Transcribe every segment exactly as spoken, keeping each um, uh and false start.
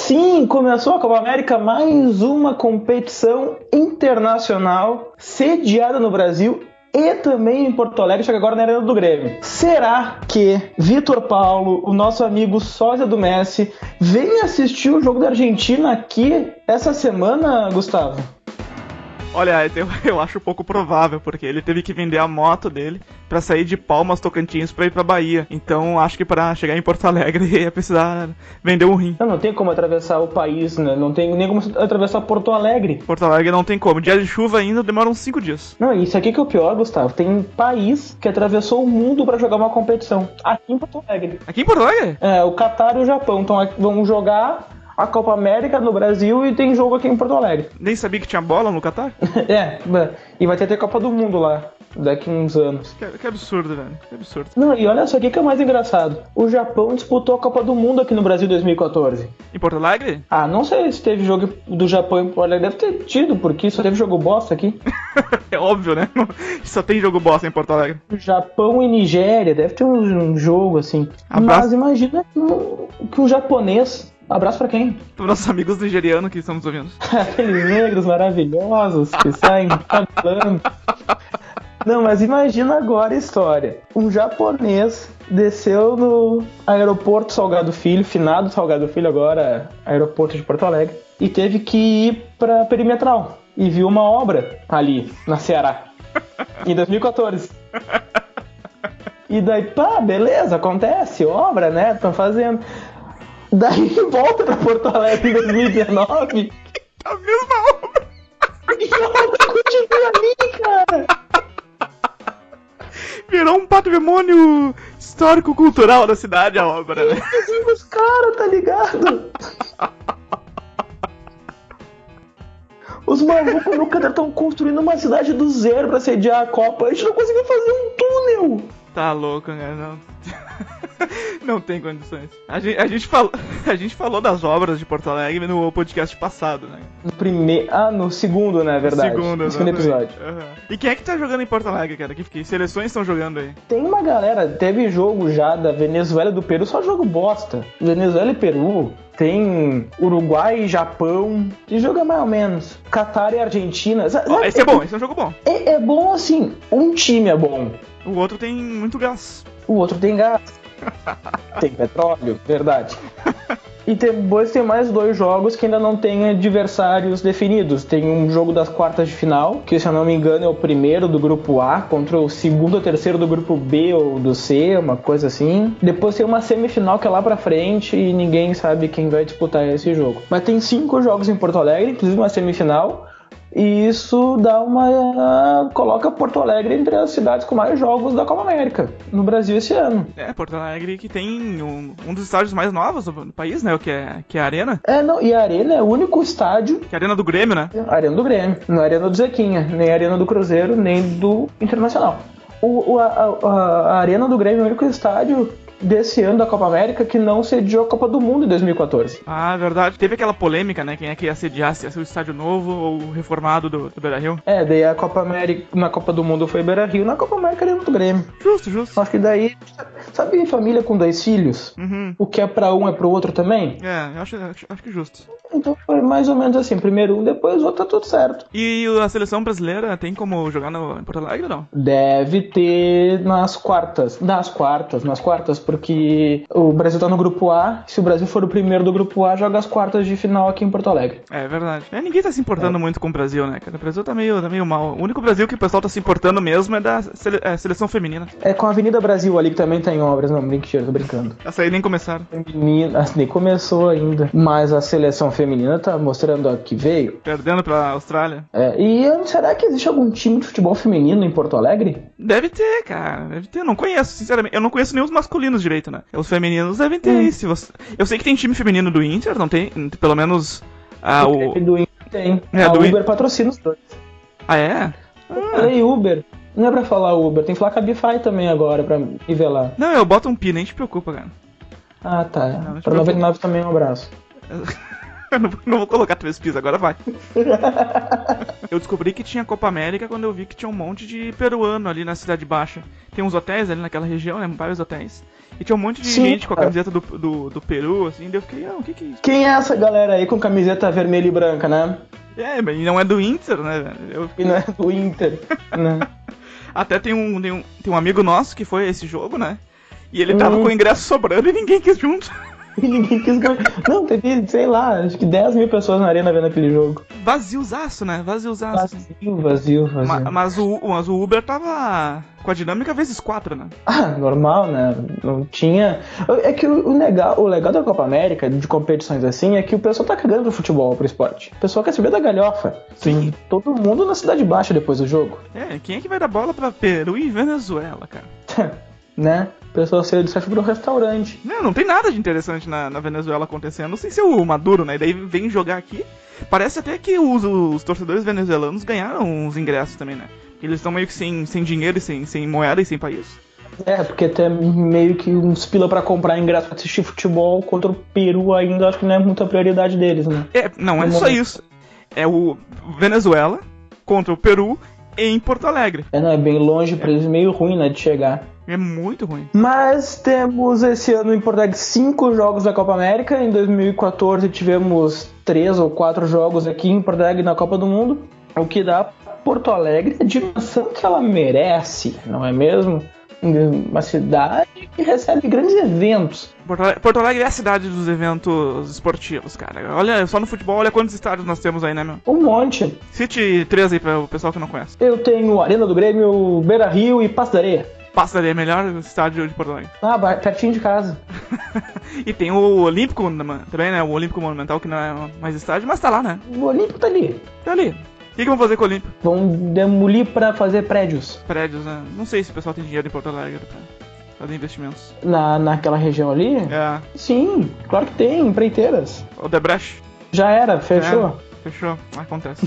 Sim, começou a Copa América, mais uma competição internacional sediada no Brasil e também em Porto Alegre, chega agora na Arena do Grêmio. Será que Vitor Paulo, o nosso amigo sósia do Messi, vem assistir o jogo da Argentina aqui essa semana, Gustavo? Olha, eu, eu acho pouco provável, porque ele teve que vender a moto dele pra sair de Palmas, Tocantins, pra ir pra Bahia. Então, acho que pra chegar em Porto Alegre, ele ia precisar vender um rim. Não, não tem como atravessar o país, né? Não tem nem como atravessar Porto Alegre. Porto Alegre não tem como. Dia de chuva ainda demora uns cinco dias. Não, isso aqui que é o pior, Gustavo. Tem um país que atravessou o mundo pra jogar uma competição. Aqui em Porto Alegre. Aqui em Porto Alegre? É, o Catar e o Japão então, vão jogar a Copa América no Brasil e tem jogo aqui em Porto Alegre. Nem sabia que tinha bola no Catar? É, e vai ter até Copa do Mundo lá, daqui a uns anos. Que, que absurdo, velho. Que absurdo. Não, e olha só, o que que é mais engraçado? O Japão disputou a Copa do Mundo aqui no Brasil em dois mil e quatorze. Em Porto Alegre? Ah, não sei se teve jogo do Japão em Porto Alegre. Deve ter tido, porque só teve jogo bosta aqui. É óbvio, né? Só tem jogo bosta em Porto Alegre. Japão e Nigéria, deve ter um, um jogo assim. Abraço. Mas imagina que um, que um japonês... Abraço pra quem? Para nossos amigos nigerianos que estamos ouvindo. Aqueles negros maravilhosos que saem falando. Não, mas imagina agora a história. Um japonês desceu no aeroporto Salgado Filho, finado Salgado Filho, agora aeroporto de Porto Alegre, e teve que ir pra Perimetral. E viu uma obra ali, na Ceará, em dois mil e quatorze. E daí, pá, beleza, acontece, obra, né? Estão fazendo... Daí volta pra Porto Alegre em dois mil e dezenove. A mesma obra. E a obra continua ali, cara. Virou um patrimônio histórico-cultural da cidade a obra, né? Os caras, tá ligado? Os malucos no Catar estão construindo uma cidade do zero pra sediar a Copa. A gente não conseguiu fazer um túnel. Tá louco, cara, não. Não tem condições. A gente, a, gente falou, a gente falou das obras de Porto Alegre no podcast passado, né? No primeiro... Ah, no segundo, né? Verdade. Segundo, no segundo episódio. Uhum. E quem é que tá jogando em Porto Alegre, cara? Que, que seleções estão jogando aí? Tem uma galera, teve jogo já da Venezuela e do Peru, só jogo bosta. Venezuela e Peru... Tem Uruguai e Japão, que joga mais ou menos. Catar e Argentina. Oh, esse é bom, esse é um jogo bom. É, é bom assim, um time é bom. O outro tem muito gás. O outro tem gás. Tem petróleo, verdade. E depois tem mais dois jogos que ainda não tem adversários definidos. Tem um jogo das quartas de final, que se eu não me engano é o primeiro do grupo A contra o segundo ou terceiro do grupo B ou do C, uma coisa assim. Depois tem uma semifinal que é lá pra frente e ninguém sabe quem vai disputar esse jogo. Mas tem cinco jogos em Porto Alegre, inclusive uma semifinal. E isso dá uma... coloca Porto Alegre entre as cidades com mais jogos da Copa América no Brasil esse ano. É, Porto Alegre que tem um, um dos estádios mais novos do país, né? O que é, que é a Arena. É, não, e a Arena é o único estádio... Que é a Arena do Grêmio, né? A Arena do Grêmio, não é a Arena do Zequinha, nem a Arena do Cruzeiro, nem do Internacional. O, o, a, a, a Arena do Grêmio é o único estádio desse ano da Copa América que não sediou a Copa do Mundo em dois mil e quatorze. Ah, verdade. Teve aquela polêmica, né? Quem é que ia sediar, se ia ser o estádio novo ou o reformado do, do Beira-Rio? É, daí a Copa América, na Copa do Mundo foi Beira-Rio, na Copa América era do Grêmio. Justo, justo. Acho que daí, sabe família com dois filhos? Uhum. O que é pra um é pro outro também? É, eu acho, acho, acho que justo. Então foi mais ou menos assim, primeiro um, depois o outro, tá tudo certo. E a seleção brasileira tem como jogar no, em Porto Alegre ou não? Deve ter nas quartas, nas quartas, nas quartas, porque o Brasil tá no grupo A, se o Brasil for o primeiro do grupo A, joga as quartas de final aqui em Porto Alegre. É verdade. É, ninguém tá se importando é. muito com o Brasil, né, cara? O Brasil tá meio, tá meio mal. O único Brasil que o pessoal tá se importando mesmo é da sele- é, seleção feminina. É com a Avenida Brasil ali que também tá em obras, não, brincadeira, tô brincando. Essa aí nem começaram. Feminina, nem começou ainda, mas a seleção feminina tá mostrando que veio. Perdendo pra Austrália. É, e será que existe algum time de futebol feminino em Porto Alegre? Deve ter, cara, deve ter. Eu não conheço, sinceramente. Eu não conheço nem os masculinos direito, né? Os femininos devem ter. Hum. Se você... Eu sei que tem time feminino do Inter, não tem? Pelo menos... Ah, o... o... do Inter tem. É, a do Uber In... patrocina os dois. Ah, é? Eu ah. falei Uber. Não é pra falar Uber, tem que falar Cabify também agora pra nivelar. Não, eu boto um pi, nem te preocupa, cara. Ah, tá. Não, pra noventa e nove também um abraço. Eu não, não vou colocar três pis, agora vai. Eu descobri que tinha Copa América quando eu vi que tinha um monte de peruano ali na Cidade Baixa. Tem uns hotéis ali naquela região, né? Vários hotéis. E tinha um monte de Sim, gente com a cara. camiseta do, do, do Peru, assim, daí eu fiquei, ah, o que que é isso? Quem é essa galera aí com camiseta vermelha e branca, né? É, mas não é do Inter, né, velho? Eu E não é do Inter, né? Até tem um, tem, um, tem um amigo nosso que foi a esse jogo, né? E ele tava Hum. com o ingresso sobrando e ninguém quis junto. E ninguém quis ganhar. Não, teve, sei lá, acho que dez mil pessoas na arena vendo aquele jogo. Vaziozaço, né? Vaziozaço. Assim. Vazio, vazio, vazio. Ma- mas, o, mas o Uber tava com a dinâmica vezes quatro, né? Ah, normal, né? Não tinha. É que o, o legal, o legal da Copa América, de competições assim, é que o pessoal tá cagando pro futebol, pro esporte. O pessoal quer saber da galhofa. Sim. E todo mundo na Cidade Baixa depois do jogo. É, quem é que vai dar bola pra Peru e Venezuela, cara? Né? O pessoal saiu do site pro restaurante. Não, não tem nada de interessante na, na Venezuela acontecendo, sem ser o Maduro, né? E daí vem jogar aqui. Parece até que os, os torcedores venezuelanos ganharam os ingressos também, né? Eles estão meio que sem, sem dinheiro, e sem, sem moeda e sem país. É, porque tem meio que uns pila pra comprar ingresso pra assistir futebol contra o Peru ainda, acho que não é muita prioridade deles, né? É, não é No só momento. isso. É o Venezuela contra o Peru em Porto Alegre. É, não, é bem longe pra eles, meio ruim, né, de chegar. É muito ruim. Mas temos esse ano em Porto Alegre cinco jogos da Copa América. Em dois mil e quatorze tivemos três ou quatro jogos aqui em Porto Alegre na Copa do Mundo. O que dá pra Porto Alegre a dimensão que ela merece, não é mesmo? Uma cidade que recebe grandes eventos. Porto Alegre, Porto Alegre é a cidade dos eventos esportivos, cara. Olha, só no futebol, olha quantos estádios nós temos aí, né, meu? Um monte. Cite três aí para o pessoal que não conhece. Eu tenho Arena do Grêmio, Beira Rio e Passo da Areia. Passo da Areia, melhor estádio de Porto Alegre. Ah, vai- pertinho de casa. E tem o Olímpico também, né? O Olímpico Monumental, que não é mais estádio, mas tá lá, né? O Olímpico tá ali. Tá ali. O que, que vão fazer com o Olímpico? Vão demolir pra fazer prédios. Prédios, né? Não sei se o pessoal tem dinheiro em Porto Alegre pra fazer investimentos. Na, naquela região ali? É. Sim, claro que tem, empreiteiras. Odebrecht. Já era, fechou. É, fechou. Acontece.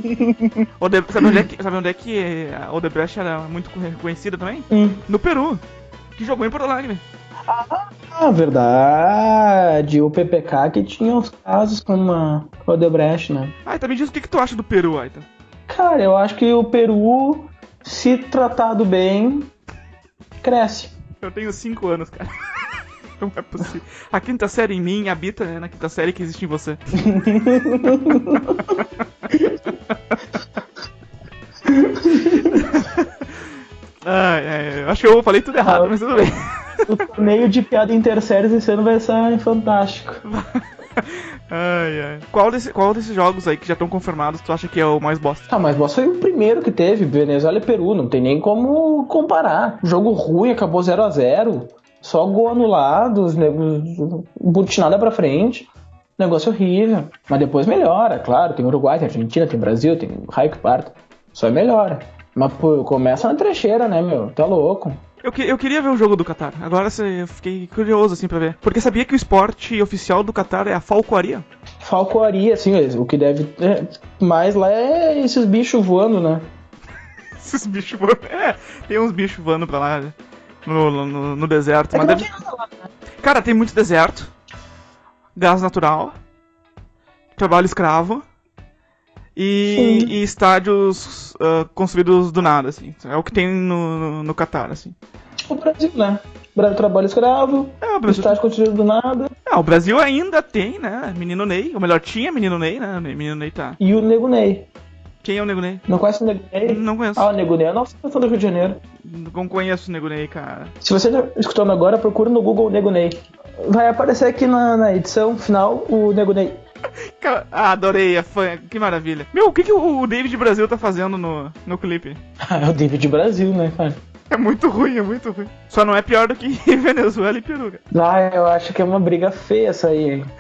Ode... Sabe, onde é que, sabe onde é que a Odebrecht era muito reconhecida também? Hum. No Peru. Que jogou em Porto Alegre. Ah, verdade. O P P K que tinha os casos com uma Odebrecht, né? Aita, me diz o que, que tu acha do Peru, Aita. Cara, eu acho que o Peru, se tratado bem, cresce. Eu tenho cinco anos, cara. Não é possível. A quinta série em mim habita, né, na quinta série que existe em você. Ai, ai, eu acho que eu falei tudo errado, mas tudo bem. O torneio de piada interséries esse ano vai ser fantástico. Ai, ai. Qual, desse, qual desses jogos aí que já estão confirmados tu acha que é o mais bosta? Ah, mas Boss foi o primeiro que teve, Venezuela e Peru, não tem nem como comparar. Jogo ruim, acabou zero a zero, só gol anulado, os negros butinada pra frente. Negócio horrível. Mas depois melhora, claro, tem Uruguai, tem Argentina, tem Brasil, tem raio que parta. Só melhora. Mas pô, começa na trecheira, né, meu? Tá louco. Eu, que, eu queria ver o jogo do Qatar. Agora cê- eu fiquei curioso, assim, pra ver. Porque sabia que o esporte oficial do Qatar é a falcoaria? Falcoaria, assim, o que deve ter mais lá é esses bichos voando, né? Esses bichos voando. É, tem uns bichos voando pra lá, né? no, no, no deserto. É Mas que não deve... tem nada lá, né? Cara, tem muito deserto, gás natural, trabalho escravo e, e estádios uh, construídos do nada, assim. É o que tem no, no, no Qatar, assim. Tipo o Brasil, né? Brasil trabalho escravo, É, o Brasil... estágio construído do nada, Ah, o Brasil ainda tem, né? Menino Ney, ou melhor, tinha Menino Ney, né? Menino Ney tá. e o Nego Ney. Quem é o Nego Ney? Não conhece o Nego Ney? Não conheço. Ah, o Nego Ney é a nossa situação do Rio de Janeiro. Não conheço o Nego Ney, cara. Se você tá escutando agora, procura no Google o Nego Ney. Vai aparecer aqui na, na edição final o Nego Ney. Cara, ah, adorei, é fã, que maravilha. Meu, o que, que o David Brasil tá fazendo no, no clipe? É o David Brasil, né, cara? É muito ruim, é muito ruim. Só não é pior do que Venezuela e Peru, cara. Ah, eu acho que é uma briga feia essa aí, hein?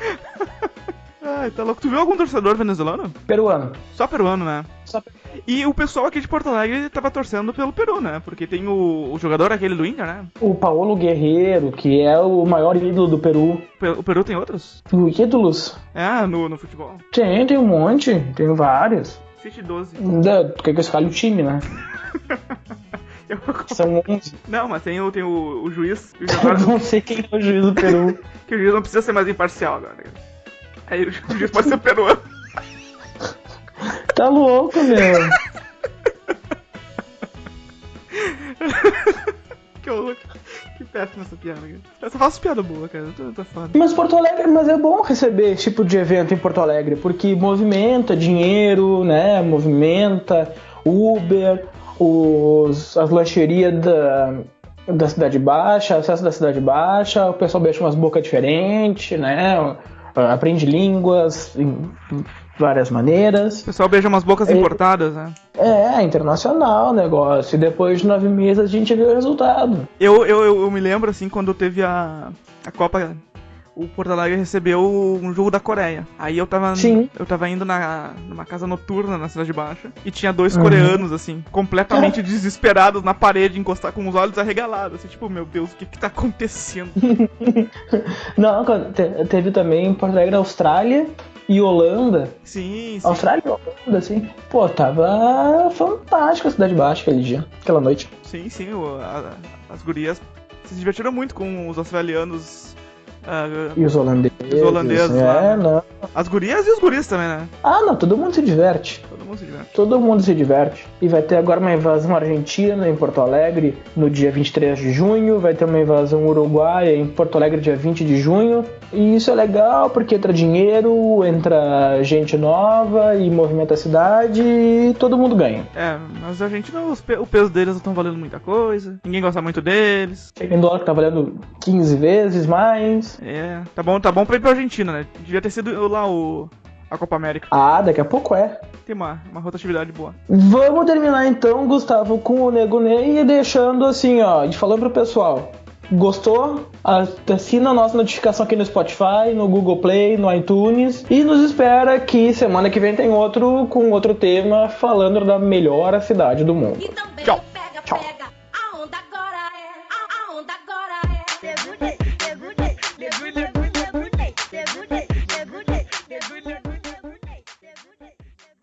Ai, tá louco. Tu viu algum torcedor venezuelano? Peruano. Só peruano, né? Só... E o pessoal aqui de Porto Alegre tava torcendo pelo Peru, né? Porque tem o, o jogador aquele do Inter, né? O Paulo Guerreiro, que é o maior ídolo do Peru. O Pe- O Peru tem outros? O ídolos? É, no, no futebol. Tem, tem um monte. Tem vários. City doze. Da- Tu quer que eu escalhe o time, né? Eu- São onze. Não, mas tem, o- tem o, o juiz. O Eu jogador, não sei quem é o juiz do Peru. que o juiz não precisa ser mais imparcial agora. Cara. Aí o juiz pode ser peruano. Tá louco, meu. Que louco. Que fecho nessa piada, cara. Eu só faço piada boa, cara. Eu tô, tô foda. Mas Porto Alegre, mas é bom receber esse tipo de evento em Porto Alegre, porque movimenta dinheiro, né? Movimenta Uber, os, as lancherias da, da Cidade Baixa, acesso da Cidade Baixa, o pessoal deixa umas bocas diferentes, né? Aprende línguas em várias maneiras. O pessoal beija umas bocas é, importadas, né? É, internacional o negócio. E depois de nove meses a gente vê o resultado. Eu, eu, eu, eu me lembro, assim, quando teve a, a Copa, o Porto Alegre recebeu um jogo da Coreia. Aí eu tava, Sim. eu tava indo na, numa casa noturna na Cidade Baixa e tinha dois uhum. coreanos, assim, completamente desesperados na parede, encostar com os olhos arregalados. Assim, tipo, meu Deus, o que que tá acontecendo? Não, teve também em Porto Alegre, Austrália e Holanda. Sim, sim. Austrália e Holanda, assim. Pô, tava fantástica a Cidade Baixa aquele dia, aquela noite. Sim, sim. O, a, as gurias se divertiram muito com os australianos. Uh, e os holandeses. Os holandeses é, lá, né? Não. As gurias e os guris também, né? Ah, não, todo mundo se diverte. Todo mundo se diverte. Todo mundo se diverte. E vai ter agora uma invasão argentina em Porto Alegre no dia vinte e três de junho. Vai ter uma invasão uruguaia em Porto Alegre dia vinte de junho. E isso é legal porque entra dinheiro, entra gente nova e movimenta a cidade e todo mundo ganha. É, mas a Argentina, os pe- o peso deles não estão valendo muita coisa. Ninguém gosta muito deles. Tem dólar que tá valendo quinze vezes mais. É, tá bom, tá bom pra ir pra Argentina, né? Devia ter sido lá o a Copa América. Ah, daqui a pouco é. Tem uma, uma rotatividade boa. Vamos terminar então, Gustavo, com o Nego Ney e deixando assim, ó, e falando pro pessoal. Gostou? Assina a nossa notificação aqui no Spotify, no Google Play, no iTunes e nos espera que semana que vem tem outro com outro tema falando da melhor cidade do mundo. E também Tchau. Pega, Tchau. pega, a onda agora é, a, a onda agora é. Debulhei, debulhei, debulhei, debulhei, debulhei, debulhei, debulhei, debulhei.